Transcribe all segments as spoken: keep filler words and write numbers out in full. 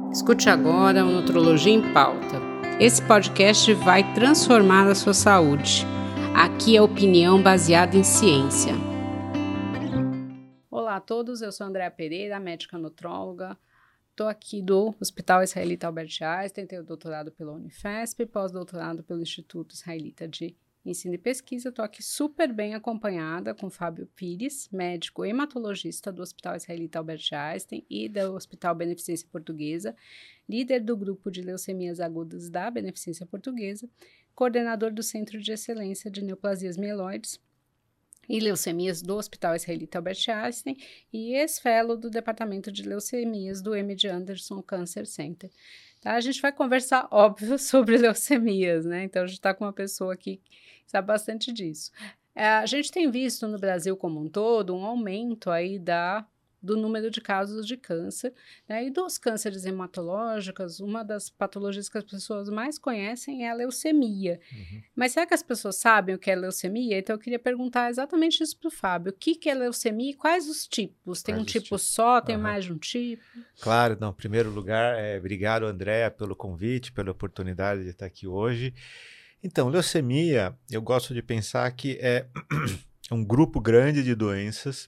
Escute agora o Nutrologia em Pauta. Esse podcast vai transformar a sua saúde. Aqui é opinião baseada em ciência. Olá a todos, eu sou Andréa Pereira, médica nutróloga. Estou aqui do Hospital Israelita Albert Einstein, tenho doutorado pela Unifesp, pós-doutorado pelo Instituto Israelita de Ensino e Pesquisa. Estou aqui super bem acompanhada com Fábio Pires, médico hematologista do Hospital Israelita Albert Einstein e do Hospital Beneficência Portuguesa, líder do grupo de leucemias agudas da Beneficência Portuguesa, coordenador do Centro de Excelência de Neoplasias Mieloides e Leucemias do Hospital Israelita Albert Einstein e ex-fellow do Departamento de Leucemias do M D Anderson Cancer Center. Tá? A gente vai conversar, óbvio, sobre leucemias, né? Então, a gente está com uma pessoa aqui que sabe bastante disso. É, a gente tem visto no Brasil como um todo um aumento aí da, do número de casos de câncer, né? E dos cânceres hematológicos, uma das patologias que as pessoas mais conhecem é a leucemia. Uhum. Mas será que as pessoas sabem o que é leucemia? Então, eu queria perguntar exatamente isso para o Fábio. O que, que é leucemia e quais os tipos? Tem quais um tipo tipos? Só? Tem uhum. mais de um tipo? Claro, não, em primeiro lugar, é, obrigado, Andréa, pelo convite, pela oportunidade de estar aqui hoje. Então, leucemia, eu gosto de pensar que é um grupo grande de doenças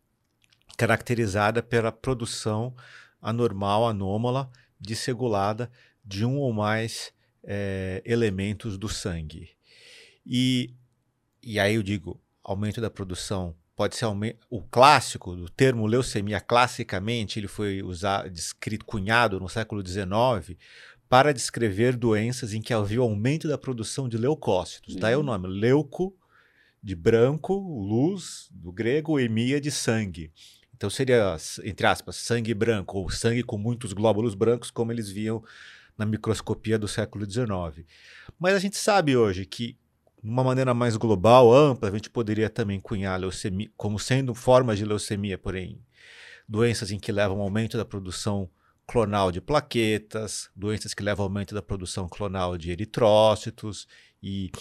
caracterizada pela produção anormal, anômala, desregulada de um ou mais é, elementos do sangue. E, e aí eu digo, aumento da produção pode ser o clássico do termo leucemia, classicamente ele foi usado, descrito, cunhado no século dezenove para descrever doenças em que havia aumento da produção de leucócitos. Uhum. Daí o nome, leuco, de branco, luz, do grego, emia, de sangue. Então seria, entre aspas, sangue branco, ou sangue com muitos glóbulos brancos, como eles viam na microscopia do século dezenove. Mas a gente sabe hoje que, de uma maneira mais global, ampla, a gente poderia também cunhar leucemia como sendo formas de leucemia, porém, doenças em que levam ao aumento da produção clonal de plaquetas, doenças que levam ao aumento da produção clonal de eritrócitos e,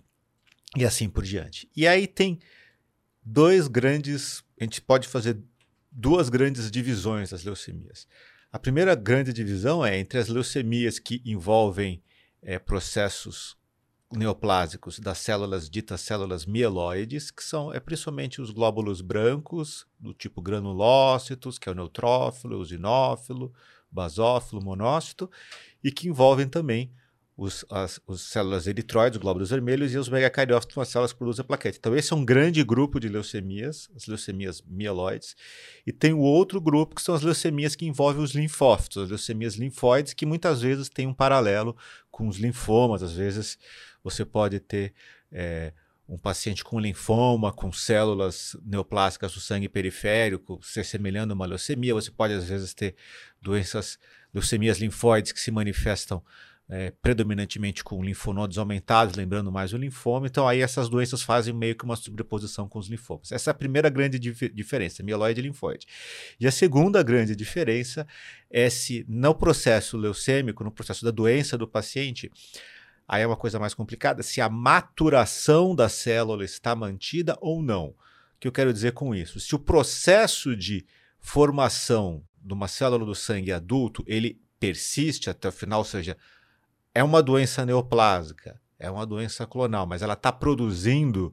e assim por diante. E aí tem dois grandes, a gente pode fazer duas grandes divisões das leucemias. A primeira grande divisão é entre as leucemias que envolvem é, processos neoplásicos das células ditas células mieloides, que são é, principalmente os glóbulos brancos, do tipo granulócitos, que é o neutrófilo, o eosinófilo, basófilo, monócito, e que envolvem também os, as os células eritroides, os glóbulos vermelhos, e os megacariócitos, são as células que produzem a plaqueta. Então esse é um grande grupo de leucemias, as leucemias mieloides, e tem o outro grupo que são as leucemias que envolvem os linfócitos, as leucemias linfóides, que muitas vezes têm um paralelo com os linfomas. Às vezes você pode ter é, um paciente com linfoma, com células neoplásicas do sangue periférico, se assemelhando a uma leucemia. Você pode, às vezes, ter doenças, leucemias linfóides que se manifestam é, predominantemente com linfonodos aumentados, lembrando mais o linfoma. Então, aí essas doenças fazem meio que uma sobreposição com os linfomas. Essa é a primeira grande dif- diferença, mieloide e linfóide. E a segunda grande diferença é se, no processo leucêmico, no processo da doença do paciente, aí é uma coisa mais complicada, se a maturação da célula está mantida ou não. O que eu quero dizer com isso? Se o processo de formação de uma célula do sangue adulto, ele persiste até o final, ou seja, é uma doença neoplásica, é uma doença clonal, mas ela está produzindo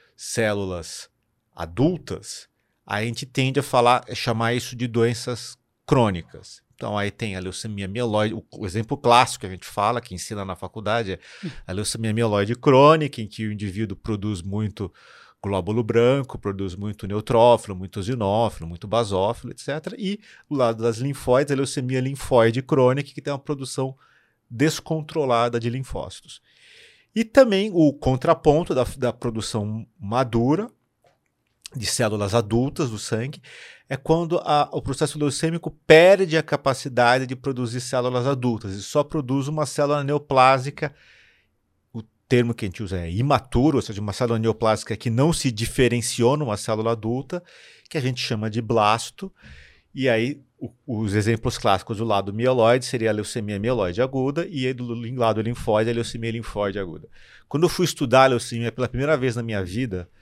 células adultas, a gente tende a falar, a chamar isso de doenças crônicas. Então aí tem a leucemia mieloide, o, o exemplo clássico que a gente fala, que ensina na faculdade, é a leucemia mieloide crônica, em que o indivíduo produz muito glóbulo branco, produz muito neutrófilo, muito eosinófilo, muito basófilo, etcétera. E do lado das linfóides, a leucemia linfóide crônica, que tem uma produção descontrolada de linfócitos. E também o contraponto da, da produção madura de células adultas do sangue é quando a, o processo leucêmico perde a capacidade de produzir células adultas e só produz uma célula neoplásica. O termo que a gente usa é imaturo, ou seja, uma célula neoplásica que não se diferenciou numa célula adulta, que a gente chama de blasto. E aí o, os exemplos clássicos do lado mieloide seria a leucemia mieloide aguda e do lado linfóide a leucemia linfóide aguda. Quando eu fui estudar a leucemia pela primeira vez na minha vida,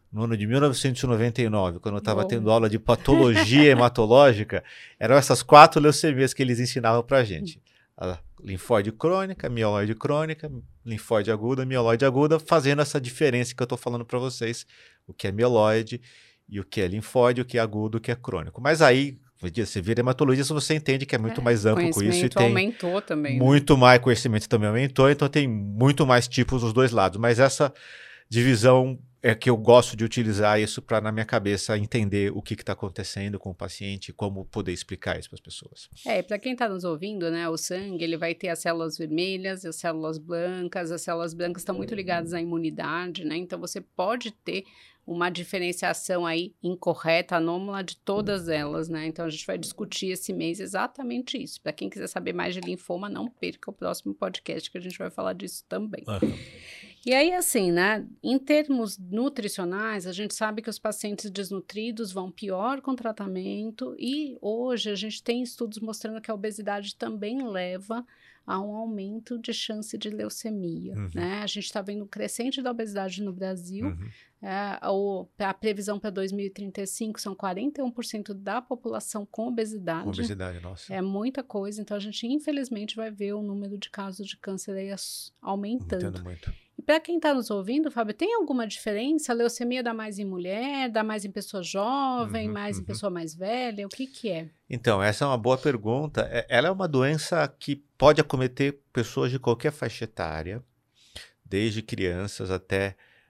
no ano de mil novecentos e noventa e nove, quando eu estava tendo aula de patologia hematológica, eram essas quatro leucemias que eles ensinavam para a gente. A linfóide crônica, mieloide crônica, linfóide aguda, mieloide aguda, fazendo essa diferença que eu estou falando para vocês, o que é mieloide e o que é linfóide, o que é agudo, o que é crônico. Mas aí, você vira hematologista, você entende que é muito é, mais amplo com isso. E tem aumentou também. Muito né? mais, conhecimento também aumentou, então tem muito mais tipos dos dois lados. Mas essa divisão é que eu gosto de utilizar isso para, na minha cabeça, entender o que está acontecendo com o paciente e como poder explicar isso para as pessoas. É, para quem está nos ouvindo, né, o sangue, ele vai ter as células vermelhas, as células brancas, as células brancas estão muito ligadas à imunidade, né, então você pode ter uma diferenciação aí incorreta, anômala de todas elas, né, então a gente vai discutir esse mês exatamente isso. Para quem quiser saber mais de linfoma, não perca o próximo podcast que a gente vai falar disso também. Uhum. E aí, assim, né, em termos nutricionais, a gente sabe que os pacientes desnutridos vão pior com o tratamento e hoje a gente tem estudos mostrando que a obesidade também leva a um aumento de chance de leucemia, uhum. né? A gente está vendo um crescente da obesidade no Brasil, uhum. é, o, a previsão para dois mil e trinta e cinco são quarenta e um por cento da população com obesidade. Com obesidade, nossa. É muita coisa, então a gente infelizmente vai ver o número de casos de câncer aí aumentando. Entendo muito. E para quem está nos ouvindo, Fábio, tem alguma diferença? A leucemia dá mais em mulher, dá mais em pessoa jovem, uhum, mais uhum. em pessoa mais velha? O que que é? Então, essa é uma boa pergunta. Ela é uma doença que pode acometer pessoas de qualquer faixa etária, desde crianças até,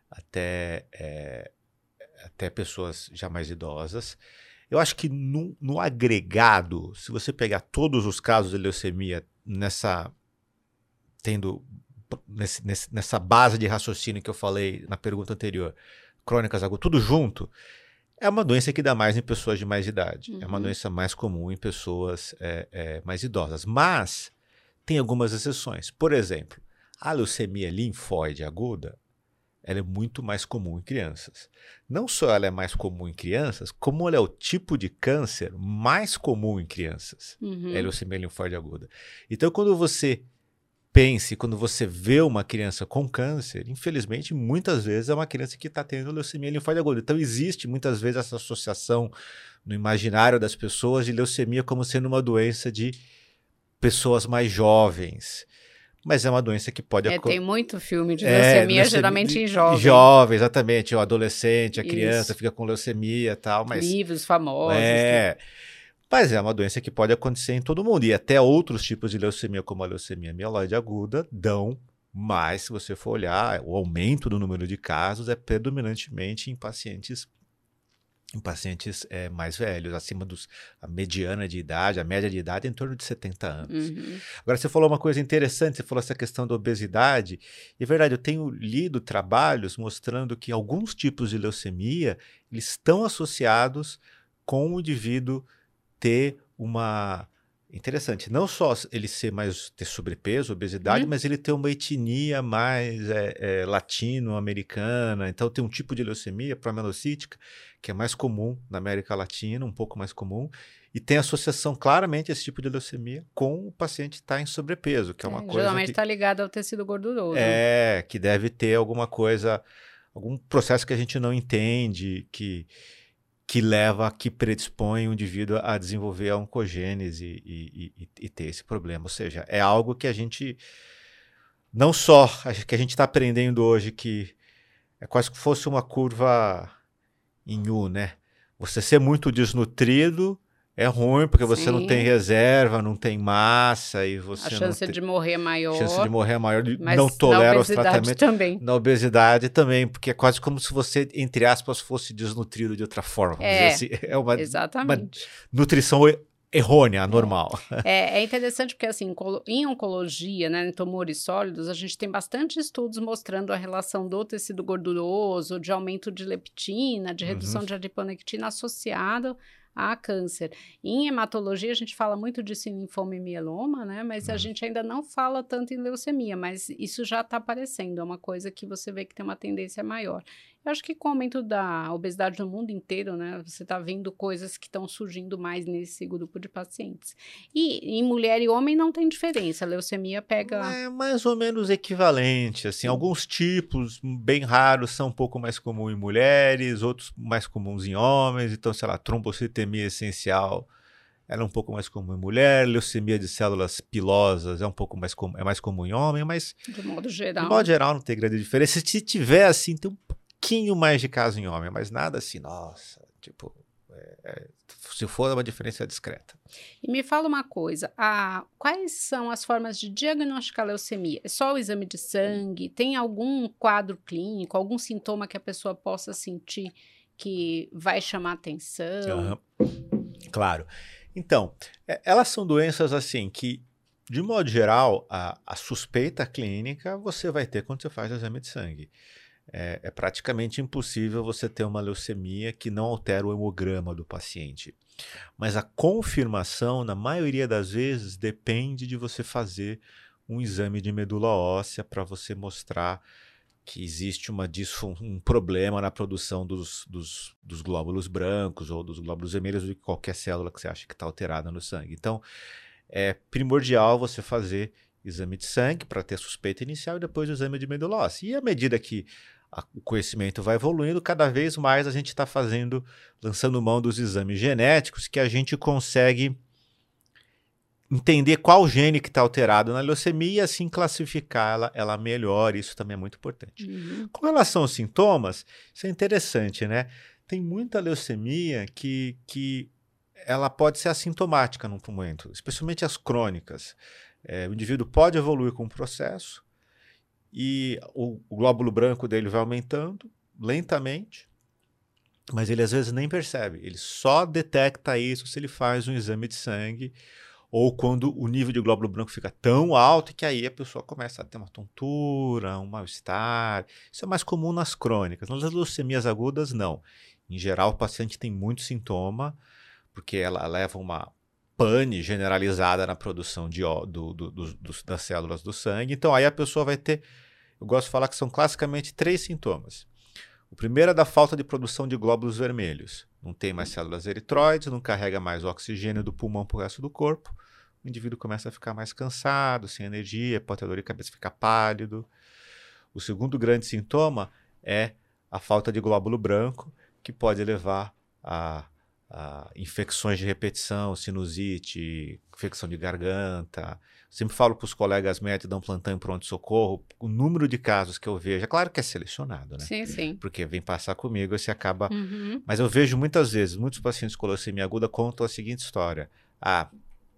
até, é, até pessoas já mais idosas. Eu acho que no, no agregado, se você pegar todos os casos de leucemia nessa, tendo... Nesse, nesse, nessa base de raciocínio que eu falei na pergunta anterior, crônicas agudas, tudo junto, é uma doença que dá mais em pessoas de mais idade. Uhum. É uma doença mais comum em pessoas é, é, mais idosas. Mas tem algumas exceções. Por exemplo, a leucemia linfóide aguda, ela é muito mais comum em crianças. Não só ela é mais comum em crianças, como ela é o tipo de câncer mais comum em crianças. Uhum. É a leucemia linfóide aguda. Então, quando você pense, quando você vê uma criança com câncer, infelizmente, muitas vezes é uma criança que está tendo leucemia linfóide aguda. Então, existe muitas vezes essa associação no imaginário das pessoas de leucemia como sendo uma doença de pessoas mais jovens. Mas é uma doença que pode... É, tem muito filme de leucemia, é, leucemia geralmente em jovem. Jovem, exatamente. O adolescente, a criança Isso. fica com leucemia e tal, mas... Livros famosos. É... Que... Mas é uma doença que pode acontecer em todo mundo. E até outros tipos de leucemia, como a leucemia mieloide aguda, dão mais, se você for olhar, o aumento do número de casos é predominantemente em pacientes, em pacientes é, mais velhos, acima dos... A mediana de idade, a média de idade é em torno de setenta anos. Uhum. Agora, você falou uma coisa interessante, você falou essa questão da obesidade. E é verdade, eu tenho lido trabalhos mostrando que alguns tipos de leucemia eles estão associados com o indivíduo ter uma... Interessante, não só ele ser mais... ter sobrepeso, obesidade, hum. mas ele ter uma etnia mais é, é, latino-americana. Então tem um tipo de leucemia promielocítica que é mais comum na América Latina, um pouco mais comum, e tem associação claramente esse tipo de leucemia com o paciente estar em sobrepeso, que é uma é, coisa geralmente está que... ligado ao tecido gorduroso. É, que deve ter alguma coisa, algum processo que a gente não entende, que... que leva, que predispõe o indivíduo a desenvolver a oncogênese e, e, e ter esse problema. Ou seja, é algo que a gente, não só que a gente está aprendendo hoje, que é quase que fosse uma curva em U, né? Você ser muito desnutrido é ruim, porque você Sim. não tem reserva, não tem massa e você a chance não tem... de morrer é maior. A chance de morrer é maior, mas não tolera os tratamentos. Também. Na obesidade também, porque é quase como se você, entre aspas, fosse desnutrido de outra forma. É, assim. É uma, exatamente. Uma nutrição errônea, anormal. É, é interessante porque, assim, em oncologia, né, em tumores sólidos, a gente tem bastante estudos mostrando a relação do tecido gorduroso, de aumento de leptina, de redução uhum. de adiponectina associado a câncer. Em hematologia, a gente fala muito disso em linfoma e mieloma, né? Mas uhum. a gente ainda não fala tanto em leucemia, mas isso já está aparecendo, é uma coisa que você vê que tem uma tendência maior. Eu acho que com o aumento da obesidade no mundo inteiro, né, você está vendo coisas que estão surgindo mais nesse grupo de pacientes. E em mulher e homem não tem diferença, a leucemia pega... É mais ou menos equivalente, assim, alguns tipos bem raros são um pouco mais comuns em mulheres, outros mais comuns em homens, então, sei lá, trombocitemia essencial ela é um pouco mais comum em mulher, leucemia de células pilosas é um pouco mais comum, é mais comum em homem, mas De modo geral. de modo geral não tem grande diferença. Se tiver assim, tem um pouquinho mais de caso em homem, mas nada assim, nossa, tipo, é, é, se for uma diferença discreta. E me fala uma coisa, a, quais são as formas de diagnosticar leucemia? É só o exame de sangue? Tem algum quadro clínico, algum sintoma que a pessoa possa sentir que vai chamar atenção? Uhum. Claro. Então, é, elas são doenças assim que, de modo geral, a, a suspeita clínica você vai ter quando você faz o exame de sangue. É, é praticamente impossível você ter uma leucemia que não altera o hemograma do paciente. Mas a confirmação, na maioria das vezes, depende de você fazer um exame de medula óssea para você mostrar que existe uma disfun- um problema na produção dos, dos, dos glóbulos brancos ou dos glóbulos vermelhos ou de qualquer célula que você acha que está alterada no sangue. Então, é primordial você fazer exame de sangue para ter suspeita inicial e depois o exame de medula óssea. E à medida que a, o conhecimento vai evoluindo, cada vez mais a gente está fazendo, lançando mão dos exames genéticos que a gente consegue entender qual gene que está alterado na leucemia e assim classificar ela, ela melhor, isso também é muito importante. Uhum. Com relação aos sintomas, isso é interessante, né? Tem muita leucemia que, que ela pode ser assintomática num momento, especialmente as crônicas. É, o indivíduo pode evoluir com o processo e o, o glóbulo branco dele vai aumentando lentamente, mas ele às vezes nem percebe, ele só detecta isso se ele faz um exame de sangue ou quando o nível de glóbulo branco fica tão alto que aí a pessoa começa a ter uma tontura, um mal-estar. Isso é mais comum nas crônicas. Nas leucemias agudas, não. Em geral, o paciente tem muito sintoma, porque ela leva uma pane generalizada na produção de, do, do, do, do, das células do sangue. Então, aí a pessoa vai ter... Eu gosto de falar que são classicamente três sintomas. O primeiro é da falta de produção de glóbulos vermelhos. Não tem mais células eritroides, não carrega mais o oxigênio do pulmão para o resto do corpo. O indivíduo começa a ficar mais cansado, sem energia, pode ter dor de cabeça, ficar pálido. O segundo grande sintoma é a falta de glóbulo branco, que pode levar a, a infecções de repetição, sinusite, infecção de garganta. Sempre falo para os colegas médicos, dão plantão em pronto-socorro, o número de casos que eu vejo, é claro que é selecionado, né? Sim, sim. Porque vem passar comigo e você acaba... Uhum. Mas eu vejo muitas vezes, muitos pacientes com leucemia aguda contam a seguinte história. Ah,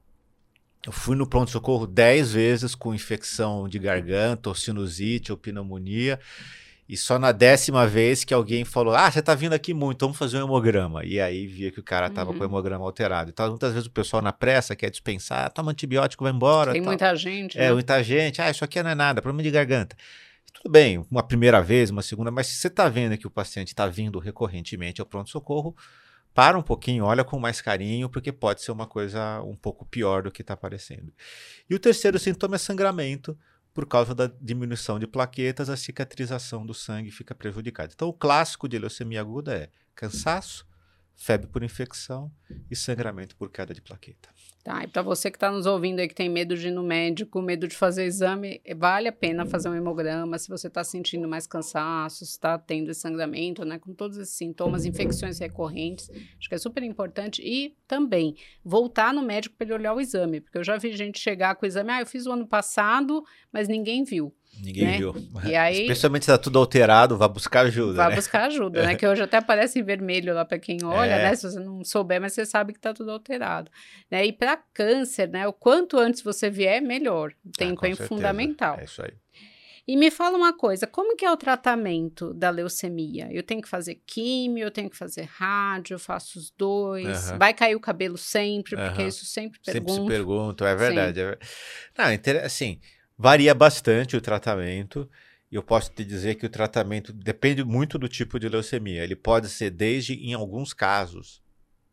eu fui no pronto-socorro dez vezes com infecção de garganta, ou sinusite, ou pneumonia, e só na décima vez que alguém falou, ah, você tá vindo aqui muito, vamos fazer um hemograma. E aí via que o cara tava Uhum. com o hemograma alterado. Então, muitas vezes o pessoal na pressa quer dispensar, toma antibiótico, vai embora. Tem tal. muita gente, É, né? muita gente, ah, isso aqui não é nada, problema de garganta. Tudo bem, uma primeira vez, uma segunda, mas se você tá vendo que o paciente está vindo recorrentemente ao pronto-socorro, para um pouquinho, olha com mais carinho, porque pode ser uma coisa um pouco pior do que está aparecendo. E o terceiro sintoma é sangramento. Por causa da diminuição de plaquetas, a cicatrização do sangue fica prejudicada. Então, o clássico de leucemia aguda é cansaço, febre por infecção e sangramento por queda de plaqueta. Tá, e para você que está nos ouvindo aí, que tem medo de ir no médico, medo de fazer exame, vale a pena fazer um hemograma se você está sentindo mais cansaço, se está tendo esse sangramento, né? Com todos esses sintomas, infecções recorrentes, acho que é super importante. E também voltar no médico para ele olhar o exame, porque eu já vi gente chegar com o exame, ah, eu fiz o ano passado, mas ninguém viu. Ninguém né? viu. E aí, especialmente se está tudo alterado, vá buscar ajuda. Vai né? buscar ajuda, né? Que hoje até aparece em vermelho lá para quem olha, É. né? Se você não souber, mas você sabe que está tudo alterado. Né? E para câncer, né? O quanto antes você vier, melhor. O tempo Ah, é certeza. fundamental. É isso aí. E me fala uma coisa, como que é o tratamento da leucemia? Eu tenho que fazer químio, eu tenho que fazer rádio, eu faço os dois, Uhum. vai cair o cabelo sempre, porque Uhum. isso sempre Sempre pergunto. se perguntam, é verdade. É... Não, inter... assim, varia bastante o tratamento. E eu posso te dizer que o tratamento depende muito do tipo de leucemia. Ele pode ser desde, em alguns casos,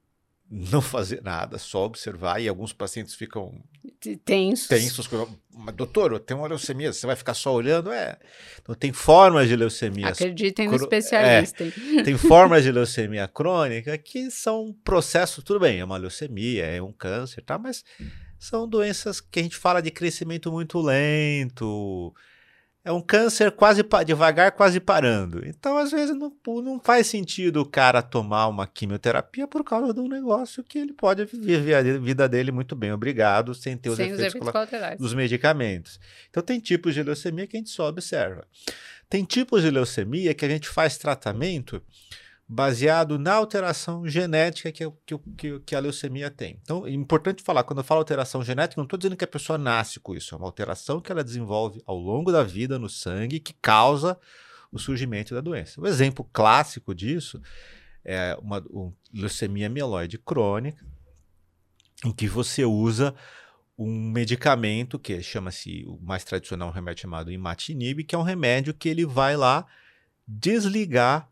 não fazer nada, só observar, e alguns pacientes ficam tensos. tensos. Mas, doutor, eu tenho uma leucemia, você vai ficar só olhando? É. Então, tem formas de leucemia. Acreditem no especialista. É, tem formas de leucemia crônica que são processos, tudo bem, é uma leucemia, é um câncer, tá? Mas são doenças que a gente fala de crescimento muito lento. É um câncer quase devagar, quase parando. Então, às vezes, não, não faz sentido o cara tomar uma quimioterapia por causa de um negócio que ele pode viver a vida dele muito bem, obrigado, sem ter os sem efeitos, os efeitos colaterais dos medicamentos. Então, tem tipos de leucemia que a gente só observa. Tem tipos de leucemia que a gente faz tratamento baseado na alteração genética que, que, que a leucemia tem. Então, é importante falar, quando eu falo alteração genética, não estou dizendo que a pessoa nasce com isso, é uma alteração que ela desenvolve ao longo da vida no sangue que causa o surgimento da doença. Um exemplo clássico disso é uma, uma leucemia mieloide crônica, em que você usa um medicamento que chama-se, o mais tradicional, um remédio chamado imatinib, que é um remédio que ele vai lá desligar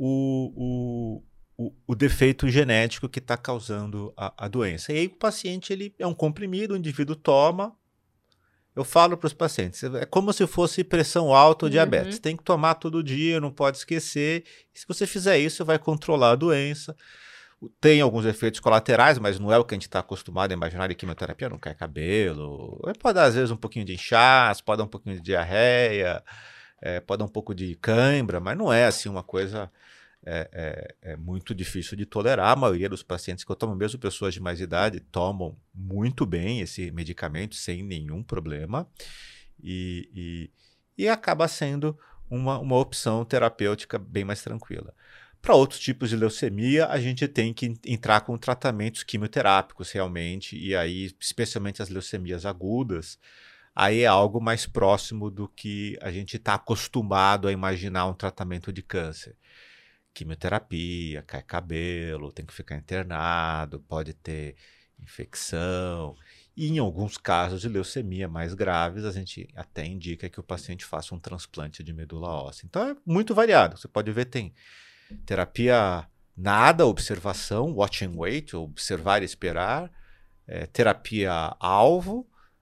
O, o, o defeito genético que está causando a, a doença. E aí o paciente, ele é um comprimido, o indivíduo toma. Eu falo para os pacientes, é como se fosse pressão alta ou diabetes. Uhum. Tem que tomar todo dia, não pode esquecer. E se você fizer isso, você vai controlar a doença. Tem alguns efeitos colaterais, mas não é o que a gente está acostumado a imaginar de quimioterapia, não cai cabelo. Pode dar, às vezes, um pouquinho de inchaço, pode dar um pouquinho de diarreia, é, pode dar um pouco de cãibra, mas não é assim uma coisa... É, é, é muito difícil de tolerar. A maioria dos pacientes que eu tomo, mesmo pessoas de mais idade, tomam muito bem esse medicamento sem nenhum problema e, e, e acaba sendo uma, uma opção terapêutica bem mais tranquila. Para outros tipos de leucemia, a gente tem que entrar com tratamentos quimioterápicos realmente, e aí, especialmente as leucemias agudas, aí é algo mais próximo do que a gente está acostumado a imaginar um tratamento de câncer. Quimioterapia, cai cabelo, tem que ficar internado, pode ter infecção. E em alguns casos de leucemia mais graves, a gente até indica que o paciente faça um transplante de medula óssea. Então é muito variado. Você pode ver, tem terapia nada, observação, watch and wait, observar e esperar, é, terapia alvo,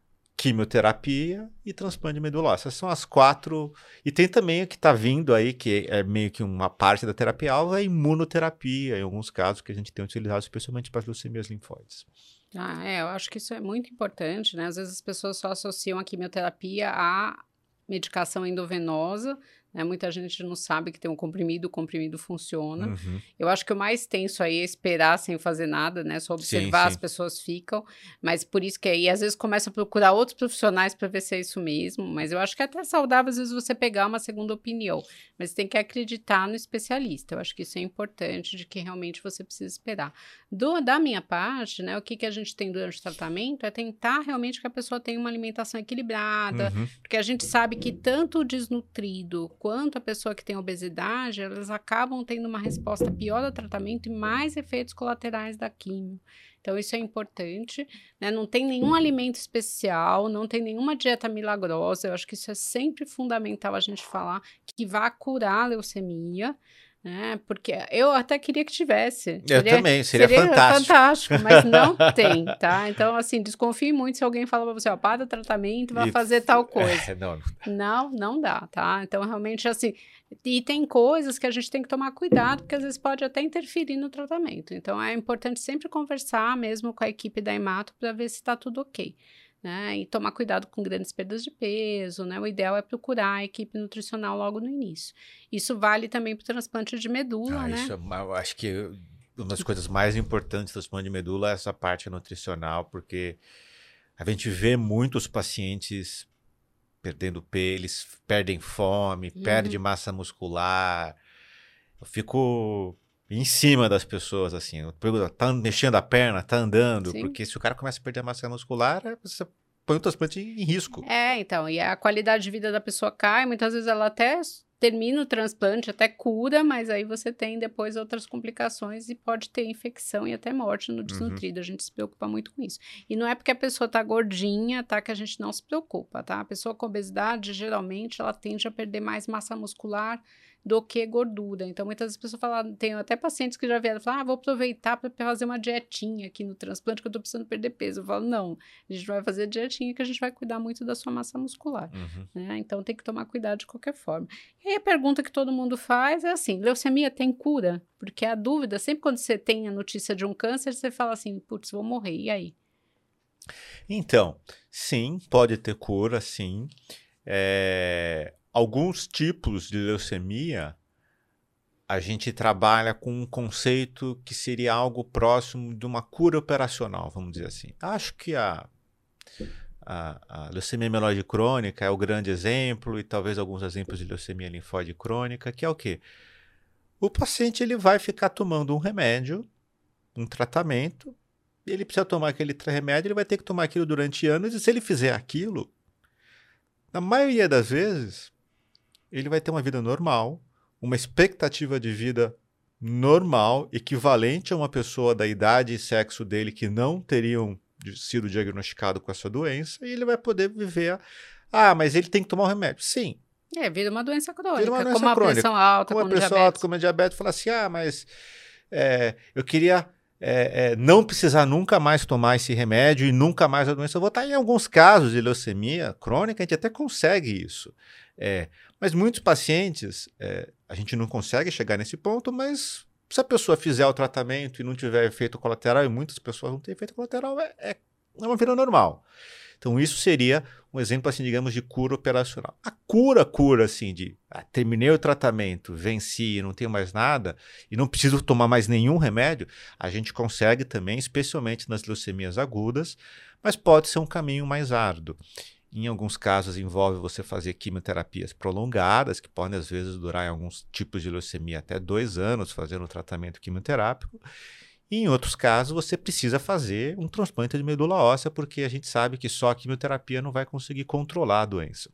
quimioterapia e transplante de medula óssea. Essas são as quatro. E tem também o que está vindo aí, que é meio que uma parte da terapia-alvo, é a imunoterapia, em alguns casos, que a gente tem utilizado especialmente para as leucemias linfóides. Ah, é, eu acho que isso é muito importante, né? Às vezes as pessoas só associam a quimioterapia à medicação endovenosa, né? Muita gente não sabe que tem um comprimido, o comprimido funciona. Uhum. Eu acho que o mais tenso aí é esperar sem fazer nada, né? Só observar, sim, sim. As pessoas ficam, mas por isso que aí às vezes começa a procurar outros profissionais para ver se é isso mesmo, mas eu acho que é até saudável às vezes você pegar uma segunda opinião, mas tem que acreditar no especialista. Eu acho que isso é importante, de que realmente você precisa esperar. Do, da minha parte, né? O que, que a gente tem durante o tratamento é tentar realmente que a pessoa tenha uma alimentação equilibrada, uhum. Porque a gente sabe que tanto o desnutrido quanto a pessoa que tem obesidade, elas acabam tendo uma resposta pior ao tratamento e mais efeitos colaterais da quimio. Então, isso é importante, né? Não tem nenhum alimento especial, não tem nenhuma dieta milagrosa. Eu acho que isso é sempre fundamental a gente falar, que vai curar a leucemia, né? Porque eu até queria que tivesse. Eu seria, também, seria, seria fantástico. fantástico, mas não tem, tá? Então, assim, desconfie muito se alguém fala pra você, ó, para o tratamento e vai e, fazer tal coisa. É, não, não, não dá, tá? Então, realmente, assim, e tem coisas que a gente tem que tomar cuidado, porque às vezes pode até interferir no tratamento. Então, é importante sempre conversar mesmo com a equipe da Hemato para ver se tá tudo ok. Né, e tomar cuidado com grandes perdas de peso, né? O ideal é procurar a equipe nutricional logo no início. Isso vale também para o transplante de medula, ah, né? Isso, eu acho que uma das coisas mais importantes do transplante de medula é essa parte nutricional, porque a gente vê muitos pacientes perdendo peso, eles perdem fome, uhum. perdem massa muscular. Eu fico em cima das pessoas, assim, eu pergunto, tá mexendo a perna, tá andando, sim. Porque se o cara começa a perder a massa muscular, você põe o transplante em risco. É, então, e a qualidade de vida da pessoa cai, muitas vezes ela até termina o transplante, até cura, mas aí você tem depois outras complicações e pode ter infecção e até morte no desnutrido, uhum. A gente se preocupa muito com isso. E não é porque a pessoa tá gordinha, tá, que a gente não se preocupa, tá? A pessoa com obesidade, geralmente, ela tende a perder mais massa muscular, do que gordura. Então, muitas vezes as pessoas falam, tem até pacientes que já vieram falar, ah, vou aproveitar para fazer uma dietinha aqui no transplante que eu tô precisando perder peso. Eu falo, não, a gente vai fazer dietinha que a gente vai cuidar muito da sua massa muscular. Uhum. Né? Então, tem que tomar cuidado de qualquer forma. E aí, a pergunta que todo mundo faz é assim, leucemia tem cura? Porque a dúvida, sempre quando você tem a notícia de um câncer, você fala assim, putz, vou morrer, e aí? Então, sim, pode ter cura, sim. É, alguns tipos de leucemia, a gente trabalha com um conceito que seria algo próximo de uma cura operacional, vamos dizer assim. Acho que a, a, a leucemia mieloide crônica é o grande exemplo, e talvez alguns exemplos de leucemia linfóide crônica, que é o quê? O paciente ele vai ficar tomando um remédio, um tratamento, e ele precisa tomar aquele remédio, ele vai ter que tomar aquilo durante anos, e se ele fizer aquilo, na maioria das vezes, ele vai ter uma vida normal, uma expectativa de vida normal, equivalente a uma pessoa da idade e sexo dele que não teriam sido diagnosticados com essa doença, e ele vai poder viver. Ah, mas ele tem que tomar o remédio. Sim. É, vira uma doença crônica, Vira uma doença como a crônica. pressão alta, como como a pressão diabetes. alta, como a diabetes, fala assim, ah, mas é, eu queria é, é, não precisar nunca mais tomar esse remédio e nunca mais a doença voltar. Em alguns casos de leucemia crônica, a gente até consegue isso. É, mas muitos pacientes, é, a gente não consegue chegar nesse ponto, mas se a pessoa fizer o tratamento e não tiver efeito colateral, e muitas pessoas não têm efeito colateral, é, é, é uma vida normal. Então isso seria um exemplo, assim, digamos, de cura operacional. A cura, cura, assim, de ah, terminei o tratamento, venci, não tenho mais nada, e não preciso tomar mais nenhum remédio, a gente consegue também, especialmente nas leucemias agudas, mas pode ser um caminho mais árduo. Em alguns casos envolve você fazer quimioterapias prolongadas, que podem às vezes durar em alguns tipos de leucemia até dois anos fazendo o tratamento quimioterápico. E em outros casos você precisa fazer um transplante de medula óssea, porque a gente sabe que só a quimioterapia não vai conseguir controlar a doença.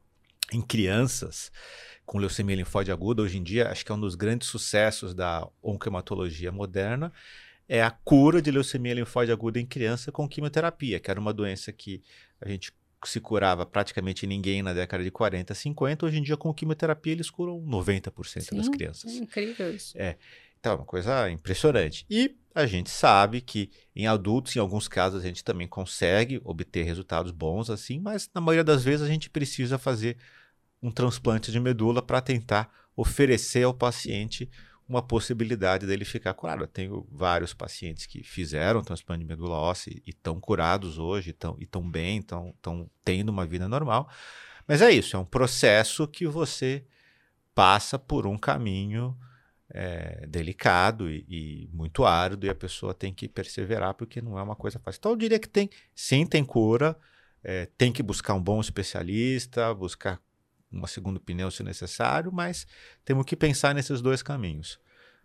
Em crianças com leucemia linfóide aguda, hoje em dia, acho que é um dos grandes sucessos da oncohematologia moderna, é a cura de leucemia linfóide aguda em criança com quimioterapia, que era uma doença que a gente se curava praticamente ninguém na década de quarenta, cinquenta, hoje em dia com quimioterapia eles curam noventa por cento Sim, das crianças. É incrível isso. É, então é uma coisa impressionante. E a gente sabe que em adultos, em alguns casos, a gente também consegue obter resultados bons assim, mas na maioria das vezes a gente precisa fazer um transplante de medula para tentar oferecer ao paciente uma possibilidade dele ficar curado. Eu tenho vários pacientes que fizeram transplante de medula óssea e estão curados hoje, estão e estão bem, estão tendo uma vida normal. Mas é isso, é um processo que você passa por um caminho é, delicado e, e muito árduo, e a pessoa tem que perseverar, porque não é uma coisa fácil. Então eu diria que tem, sim, tem cura, é, tem que buscar um bom especialista, buscar uma segunda opinião se necessário, mas temos que pensar nesses dois caminhos.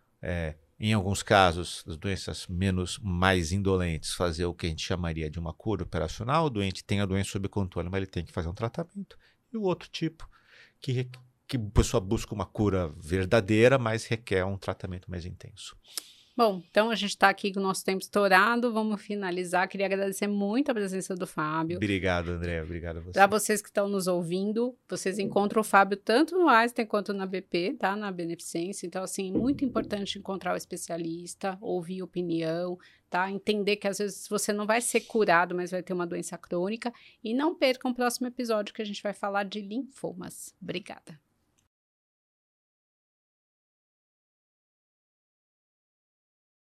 É, em alguns casos, as doenças menos mais indolentes, fazer o que a gente chamaria de uma cura operacional, o doente tem a doença sob controle, mas ele tem que fazer um tratamento. E o outro tipo, que, que a pessoa busca uma cura verdadeira, mas requer um tratamento mais intenso. Bom, então a gente está aqui com o nosso tempo estourado, vamos finalizar. Queria agradecer muito a presença do Fábio. Obrigado, André, obrigado a você. Para vocês que estão nos ouvindo, vocês encontram o Fábio tanto no Einstein quanto na B P, tá? Na Beneficência. Então, assim, muito importante encontrar o especialista, ouvir opinião, tá? Entender que às vezes você não vai ser curado, mas vai ter uma doença crônica. E não percam o próximo episódio que a gente vai falar de linfomas. Obrigada.